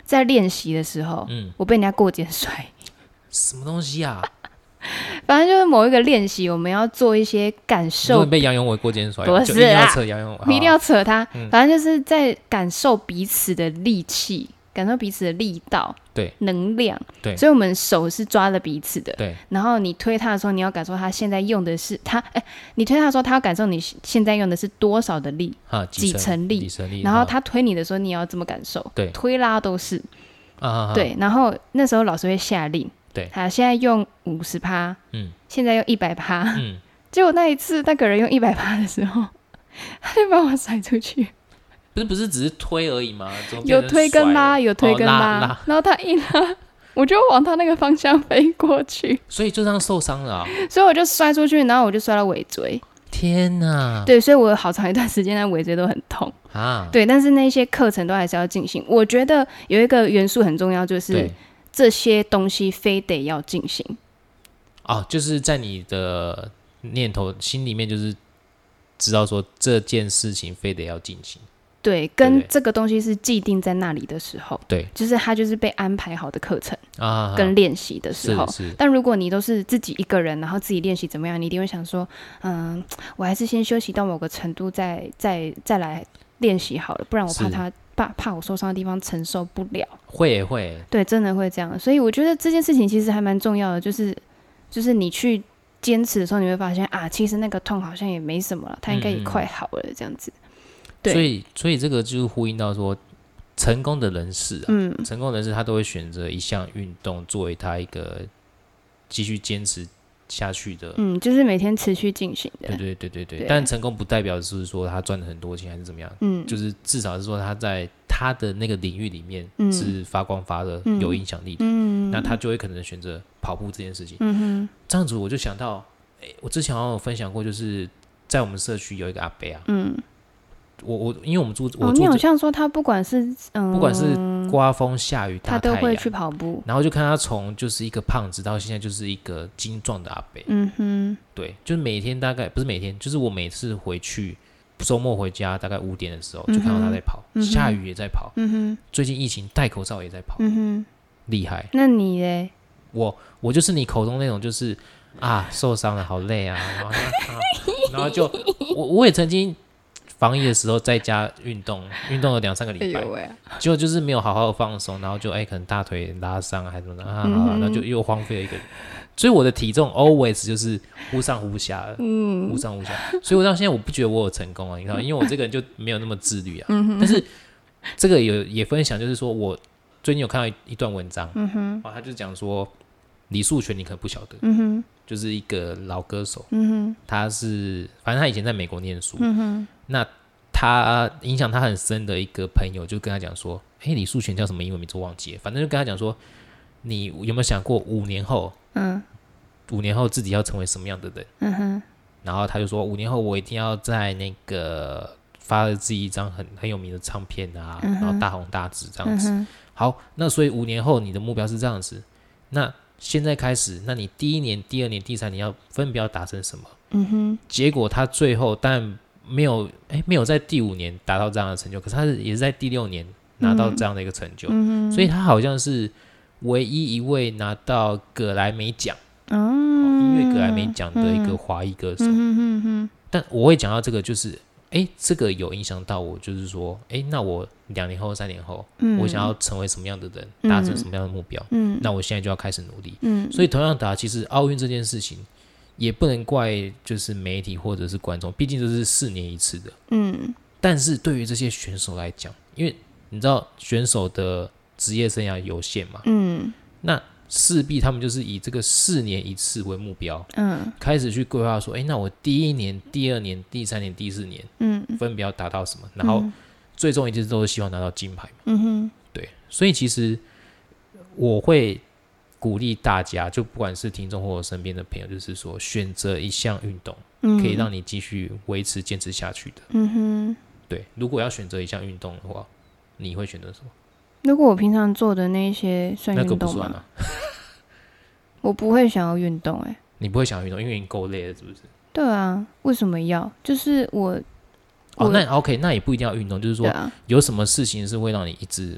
在练习的时候，嗯，我被人家过肩摔。 什么东西啊？ 反正就是某一个练习，我们要做一些感受。 你被杨永伟过肩摔， 不是啊， 就一定要扯杨永伟， 一定要扯他。嗯、反正就是在感受彼此的力气，感受彼此的力道， 对， 能量， 对。 所以我们手是抓了彼此的， 对。 然后你推他的时候，你要感受他现在用的是他，哎，你推他的时候，他要感受你现在用的是多少的力，几层力， 几层力。 然后他推你的时候，你也要这么感受， 对， 推拉都是， 啊， 对。然后那时候老师会下令。 对， 好，现在用五十趴，嗯，现在用一百趴，嗯，结果那一次那个人用一百趴的时候，他就把我甩出去。 不是不是只是推而已吗？ 有推跟拉，有推跟拉， 哦、拉拉然后他一拉，我就往他那个方向飞过去， 所以就这样受伤了、啊。 所以我就摔出去，然后我就摔到尾椎。 天哪！ 对，所以我好长一段时间那尾椎都很痛啊。对，但是那些课程都还是要进行。我觉得有一个元素很重要，就是这些东西非得要进行。 哦，就是在你的念头心里面，就是知道说这件事情非得要进行。 对，跟这个东西是既定在那里的时候， 对， 就是它就是被安排好的课程啊， 跟练习的时候。 是是。 但如果你都是自己一个人，然后自己练习怎么样，你一定会想说，嗯，我还是先休息到某个程度再，再再再来练习好了，不然我怕他怕怕我受伤的地方承受不了。 会也会， 对，真的会这样。所以我觉得这件事情其实还蛮重要的，就是就是你去坚持的时候，你会发现啊，其实那个痛好像也没什么了，它应该也快好了，这样子。对， 所以，所以这个就是呼应到说，成功的人士啊，嗯，成功人士他都会选择一项运动作为他一个继续坚持下去的， 嗯，就是每天持续进行的。 对对对对 对, 对。但成功不代表是说他赚了很多钱还是怎么样，嗯，就是至少是说他在他的那个领域里面是发光发热、嗯、有影响力的，嗯，那他就会可能选择跑步这件事情。嗯哼，这样子我就想到，欸、我之前好像有分享过，就是在我们社区有一个阿伯啊，嗯。我我因为我们住我住、哦， 你好像说他不管是嗯， 不管是刮风下雨大太阳， 他都会去跑步， 然后就看他从就是一个胖子到现在就是一个精壮的阿伯，嗯哼，对，就是每天大概不是每天，就是我每次回去周末回家大概五点的时候、嗯、就看到他在跑、嗯，下雨也在跑，嗯哼，最近疫情戴口罩也在跑，嗯哼，厉害。 那你嘞？ 我我就是你口中那种就是啊受伤了好累啊，然后、啊、然后就我我也曾经。防疫的时候在家运动，运动了两三个礼拜，结果、哎、就是没有好好的放松，然后就哎可能大腿拉伤还是什么的啊、嗯，然后就又荒废了一个。所以我的体重 always 就是忽上忽下的，嗯，忽上忽下。所以我到现在我不觉得我有成功啊，你知道，因为我这个人就没有那么自律啊。嗯、但是这个有也分享，就是说我最近有看到一段文章，嗯哼，啊，他就讲说李树全你可能不晓得，嗯哼，就是一个老歌手，嗯哼，他是反正他以前在美国念书，嗯哼。那他影响他很深的一个朋友就跟他讲说，嘿，李树全叫什么英文名字我忘记了，反正就跟他讲说，你有没有想过五年后，嗯，五年后自己要成为什么样的人？嗯哼。然后他就说，五年后我一定要在那个发了自己一张很很有名的唱片啊、嗯，然后大红大紫这样子、嗯。好，那所以五年后你的目标是这样子，那现在开始，那你第一年、第二年、第三年要分别要达成什么？嗯哼。结果他最后但没有哎，没有在第五年达到这样的成就，可是他也是在第六年拿到这样的一个成就，嗯、所以他好像是唯一一位拿到葛莱美奖、嗯、音乐葛莱美奖的一个华裔歌手。嗯嗯、但我会讲到这个，就是哎，这个有影响到我，就是说，哎，那我两年后、三年后、嗯，我想要成为什么样的人，达成什么样的目标，嗯，那我现在就要开始努力。嗯，所以同样的、啊，其实奥运这件事情。也不能怪就是媒体或者是观众，毕竟这是四年一次的。嗯，但是对于这些选手来讲，因为你知道选手的职业生涯有限嘛，嗯，那势必他们就是以这个四年一次为目标，嗯，开始去规划说，哎，那我第一年、第二年、第三年、第四年，嗯，分别要达到什么，然后最终一直都是希望拿到金牌嘛。嗯哼，对，所以其实我会。鼓励大家，就不管是听众或我身边的朋友，就是说选择一项运动、嗯，可以让你继续维持、坚持下去的。嗯哼，对。如果要选择一项运动的话，你会选择什么？ 如果我平常做的那些算运动吗？ 那个不算啊。 我不会想要运动、欸，哎。 你不会想要运动，因为你够累了，是不是？ 对啊，为什么要？就是我。 哦，那 OK， 那也不一定要运动，就是说、啊、有什么事情是会让你一直。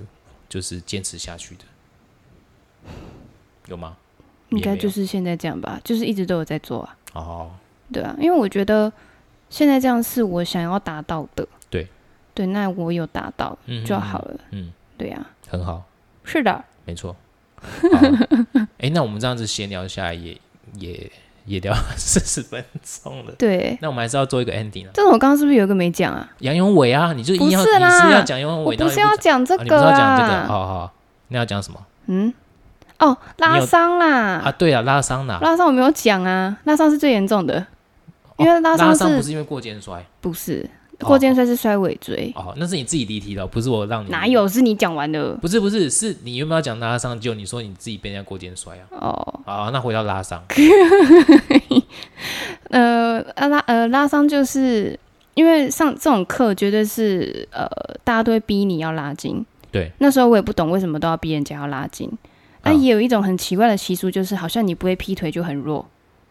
就是坚持下去的？有吗？ 应该就是现在这样吧，就是一直都有在做啊。 哦， 对啊，因为我觉得现在这样是我想要达到的。 对对，那我有达到就好了。嗯，嗯对呀、啊， 很好。 是的， 没错。哎、欸，那我们这样子闲聊下来也也也聊四十分钟了。 对， 那我们还是要做一个 ending 啊。 这种我刚刚是不是有一个没讲啊？ 杨永伟啊，你就硬要不是啦， 你是要讲杨永伟， 我不是要讲这个、啊啊， 你不是要讲这个？好好，那要讲什么？ 嗯。哦，拉伤啦！ 啊，对啊，拉伤啦！ 拉伤我没有讲啊，拉伤是最严重的，因为拉伤是、 哦、拉伤不是因为过肩摔， 不是过肩摔是摔尾椎。 哦，那是你自己离题了，不是我让你。 哪有？是你讲完的？ 不是不是，是你有没有讲拉伤？就你说你自己被人家过肩摔啊？哦，好，那回到拉伤。 呃，拉呃拉伤就是因为上这种课绝对是呃大家都会逼你要拉筋。 对， 那时候我也不懂为什么都要逼人家要拉筋。那、啊、也有一种很奇怪的习俗，就是好像你不会劈腿就很弱。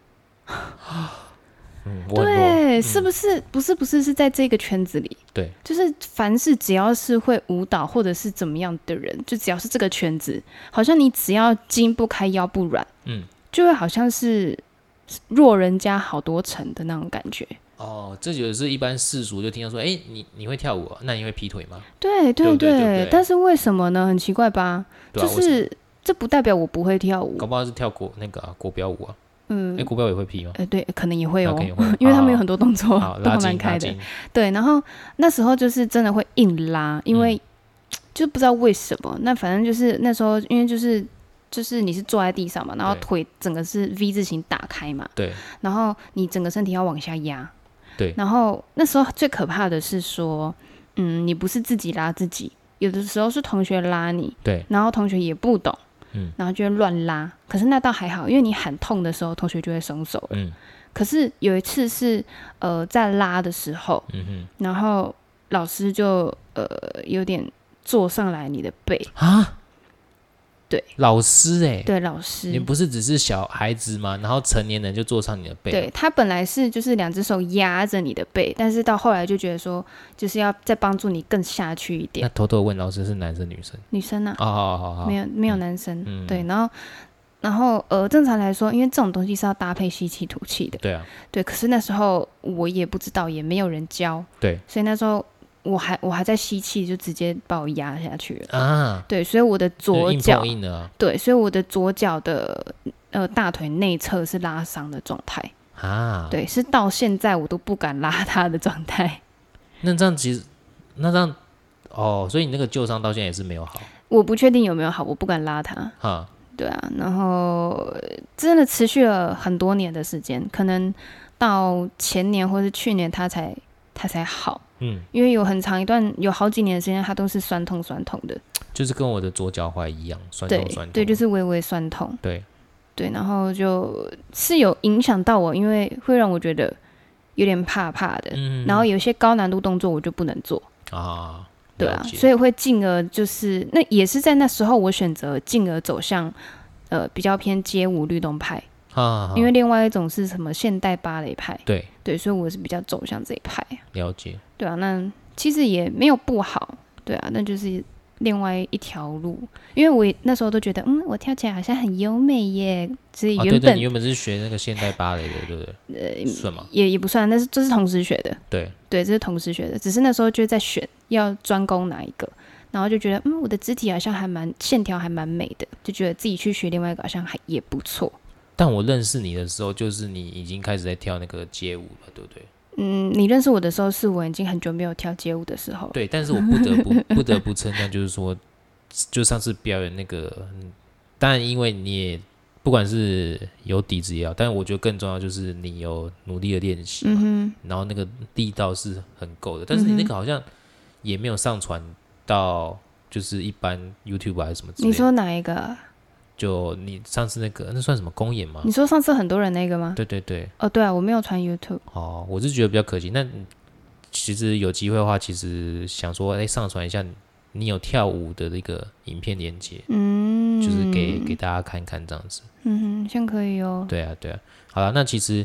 嗯、 对、 嗯， 是不是？不是，不是，是在这个圈子里。 对， 就是凡是只要是会舞蹈或者是怎么样的人，就只要是这个圈子，好像你只要筋不开腰不软，嗯，就会好像是弱人家好多层的那种感觉。 哦，这就是一般世俗就听到说，哎、欸，你你会跳舞、啊，那你会劈腿吗？ 对对 对, 对, 对, 对, 对， 但是为什么呢？很奇怪吧？啊、就是这不代表我不会跳舞， 搞不好是跳国那个、啊、国标舞啊。嗯，哎、欸，国标也会劈吗？ 呃，对，可能也会哦， 也会因为他们有很多动作都很难开的。对，然后那时候就是真的会硬拉，因为、嗯、就不知道为什么。那反正就是那时候，因为就是就是你是坐在地上嘛，然后腿整个是 V 字形打开嘛， 对， 然后你整个身体要往下压， 对。 然后那时候最可怕的是说，嗯，你不是自己拉自己。有的时候是同学拉你， 对， 然后同学也不懂，嗯，然后就会乱拉。可是那倒还好，因为你喊痛的时候，同学就会松手了。嗯，可是有一次是呃在拉的时候，嗯哼，然后老师就呃有点坐上来你的背啊。 对， 老师哎、欸， 对老师， 你不是只是小孩子吗？然后成年人就坐上你的背。 对，他本来是就是两只手压着你的背，但是到后来就觉得说，就是要再帮助你更下去一点。 那偷偷问老师是男生女生？ 女生啊。 哦，好好好， 没有没有男生。嗯，对，然后然后呃，正常来说，因为这种东西是要搭配吸气吐气的。 对啊。对， 可是那时候我也不知道，也没有人教。对，所以那时候。我还我还在吸气，就直接把我压下去了啊！对，所以我的左脚， 硬硬的啊、 对，所以我的左脚的呃大腿内侧是拉伤的状态啊！对，是到现在我都不敢拉它的状态。 那这样其实，那这样哦，所以你那个旧伤到现在也是没有好。 我不确定有没有好，我不敢拉它。哈，对啊，然后真的持续了很多年的时间，可能到前年或是去年它才它才好。嗯，因为有很长一段，有好几年的时间，它都是酸痛酸痛的， 就是跟我的左脚踝一样，酸痛酸痛。 对，对，就是微微酸痛。 对， 对，然后就是有影响到我，因为会让我觉得有点怕怕的。嗯，然后有些高难度动作我就不能做啊。对啊，所以会进而就是那也是在那时候我选择进而走向呃比较偏街舞律动派。啊，因为另外一种是什么现代芭蕾派，对对，所以我是比较走向这一派。 了解， 对啊，那其实也没有不好，对啊，那就是另外一条路。因为我那时候都觉得，嗯，我跳起来好像很优美耶，所以原本、啊、 对对，你原本是学那个现代芭蕾的，对不对？呃，算吗？ 也也不算，但是这是同时学的。 对对，这是同时学的，只是那时候就在选要专攻哪一个，然后就觉得，嗯，我的肢体好像还蛮线条还蛮美的，就觉得自己去学另外一个好像还也不错。 但我认识你的时候，就是你已经开始在跳那个街舞了，对不对？ 嗯，你认识我的时候，是我已经很久没有跳街舞的时候。 对，但是我不得不不得不称赞，就是说，就上次表演那个，当然因为你也不管是有底子也好，但是我觉得更重要就是你有努力的练习嘛、嗯，然后那个力道是很够的。但是你那个好像也没有上传到就是一般 YouTube 还是什么之类的。 你说哪一个？ 就你上次那个，那算什么公演吗？ 你说上次很多人那个吗？ 对对对。 哦，对啊，我没有传 YouTube。 哦，我是觉得比较可惜。那其实有机会的话，其实想说，哎，上传一下你有跳舞的那个影片连结，嗯，就是给给大家看看这样子。 嗯哼，像可以哦。 对啊，对啊。好了，那其实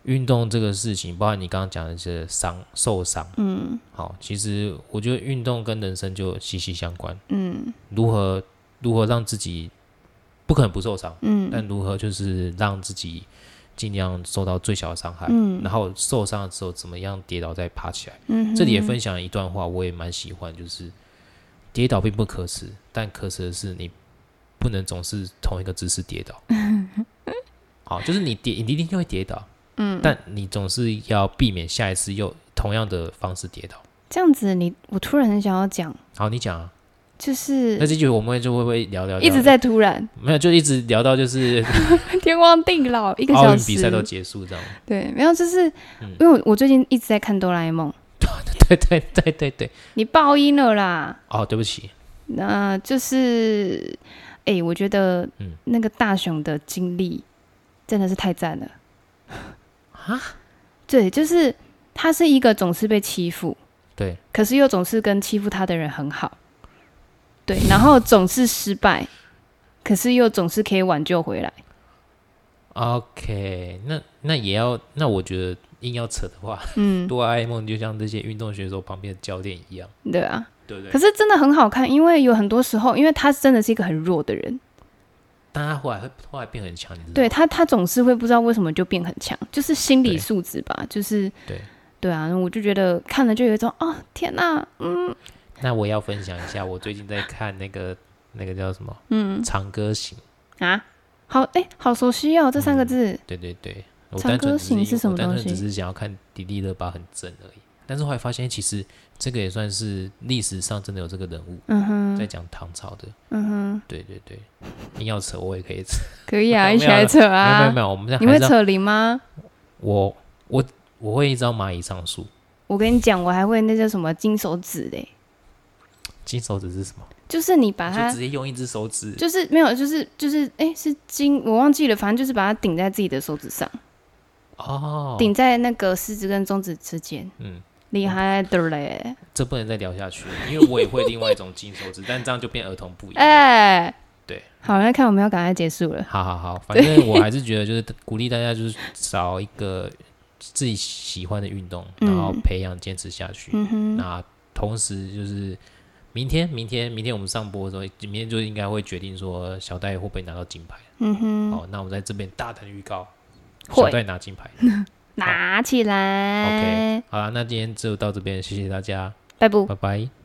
运动这个事情，包括你刚刚讲的是伤受伤，嗯，好，其实我觉得运动跟人生就息息相关，嗯，如何如何让自己不可能不受伤，嗯，但如何就是让自己尽量受到最小的伤害，嗯，然后受伤的时候怎么样跌倒再爬起来，嗯，这里也分享一段话，我也蛮喜欢，就是跌倒并不可耻，但可耻的是你不能总是同一个姿势跌倒，好，就是你跌，你一定会跌倒。嗯，但你总是要避免下一次又同样的方式跌倒。 这样子你，我突然很想要讲。 好，你讲啊。 就是那这句我们就会不会聊聊聊一直在突然没有，就一直聊到就是天荒地老，一个小时， 奥运比赛都结束这样。 对，没有，就是因为我最近一直在看哆啦 A 梦。 对对对对对， 你爆音了啦！ 哦，对不起。 那就是，哎、欸，我觉得那个大雄的经历真的是太赞了。 啊， 对，就是他是一个总是被欺负， 对， 可是又总是跟欺负他的人很好，对，然后总是失败，可是又总是可以挽救回来。 OK， 那那也要，那我觉得硬要扯的话，嗯，哆啦 A 梦就像这些运动选手旁边的教练一样， 对啊， 对不对？ 可是真的很好看，因为有很多时候，因为他真的是一个很弱的人。 但他后来会后来变很强，你知道吗？ 对他，他总是会不知道为什么就变很强，就是心理素质吧，就是对对啊，我就觉得看了就有一种哦天哪，嗯。 那我要分享一下，我最近在看那个那个叫什么，嗯，长歌行啊，好哎、欸，好熟悉哦，这三个字。 嗯、对对对， 长歌行是什么东西？ 我单纯只是想要看迪丽热巴很正而已，但是后来发现其实。这个也算是历史上真的有这个人物，嗯哼，在讲唐朝的，嗯哼，对对对，硬要扯我也可以扯， 可以啊，一起来扯啊， 没有没有没有，我们你会扯铃吗？ 我我我会一招蚂蚁上树， 我跟你讲，我还会那叫什么金手指嘞， 金手指是什么？ 就是你把它就直接用一只手指， 就是没有，就是就是哎、欸，是金，我忘记了，反正就是把它顶在自己的手指上，哦，顶在那个食指跟中指之间，嗯。厉害的嘞！ 这不能再聊下去了，因为我也会另外一种金手指，但这样就变儿童不宜。 哎、欸， 对， 好，那看我们要赶快结束了。 好好好，反正我还是觉得就是鼓励大家就是找一个自己喜欢的运动，然后培养坚持下去。嗯哼。那同时就是明天，明天，明天我们上播的时候，明天就应该会决定说小戴会不会拿到金牌。嗯哼。好，那我们在这边大胆预告，小戴拿金牌。 拿起来 ，OK， 好了，那今天就到这边，谢谢大家， 拜拜， 拜拜。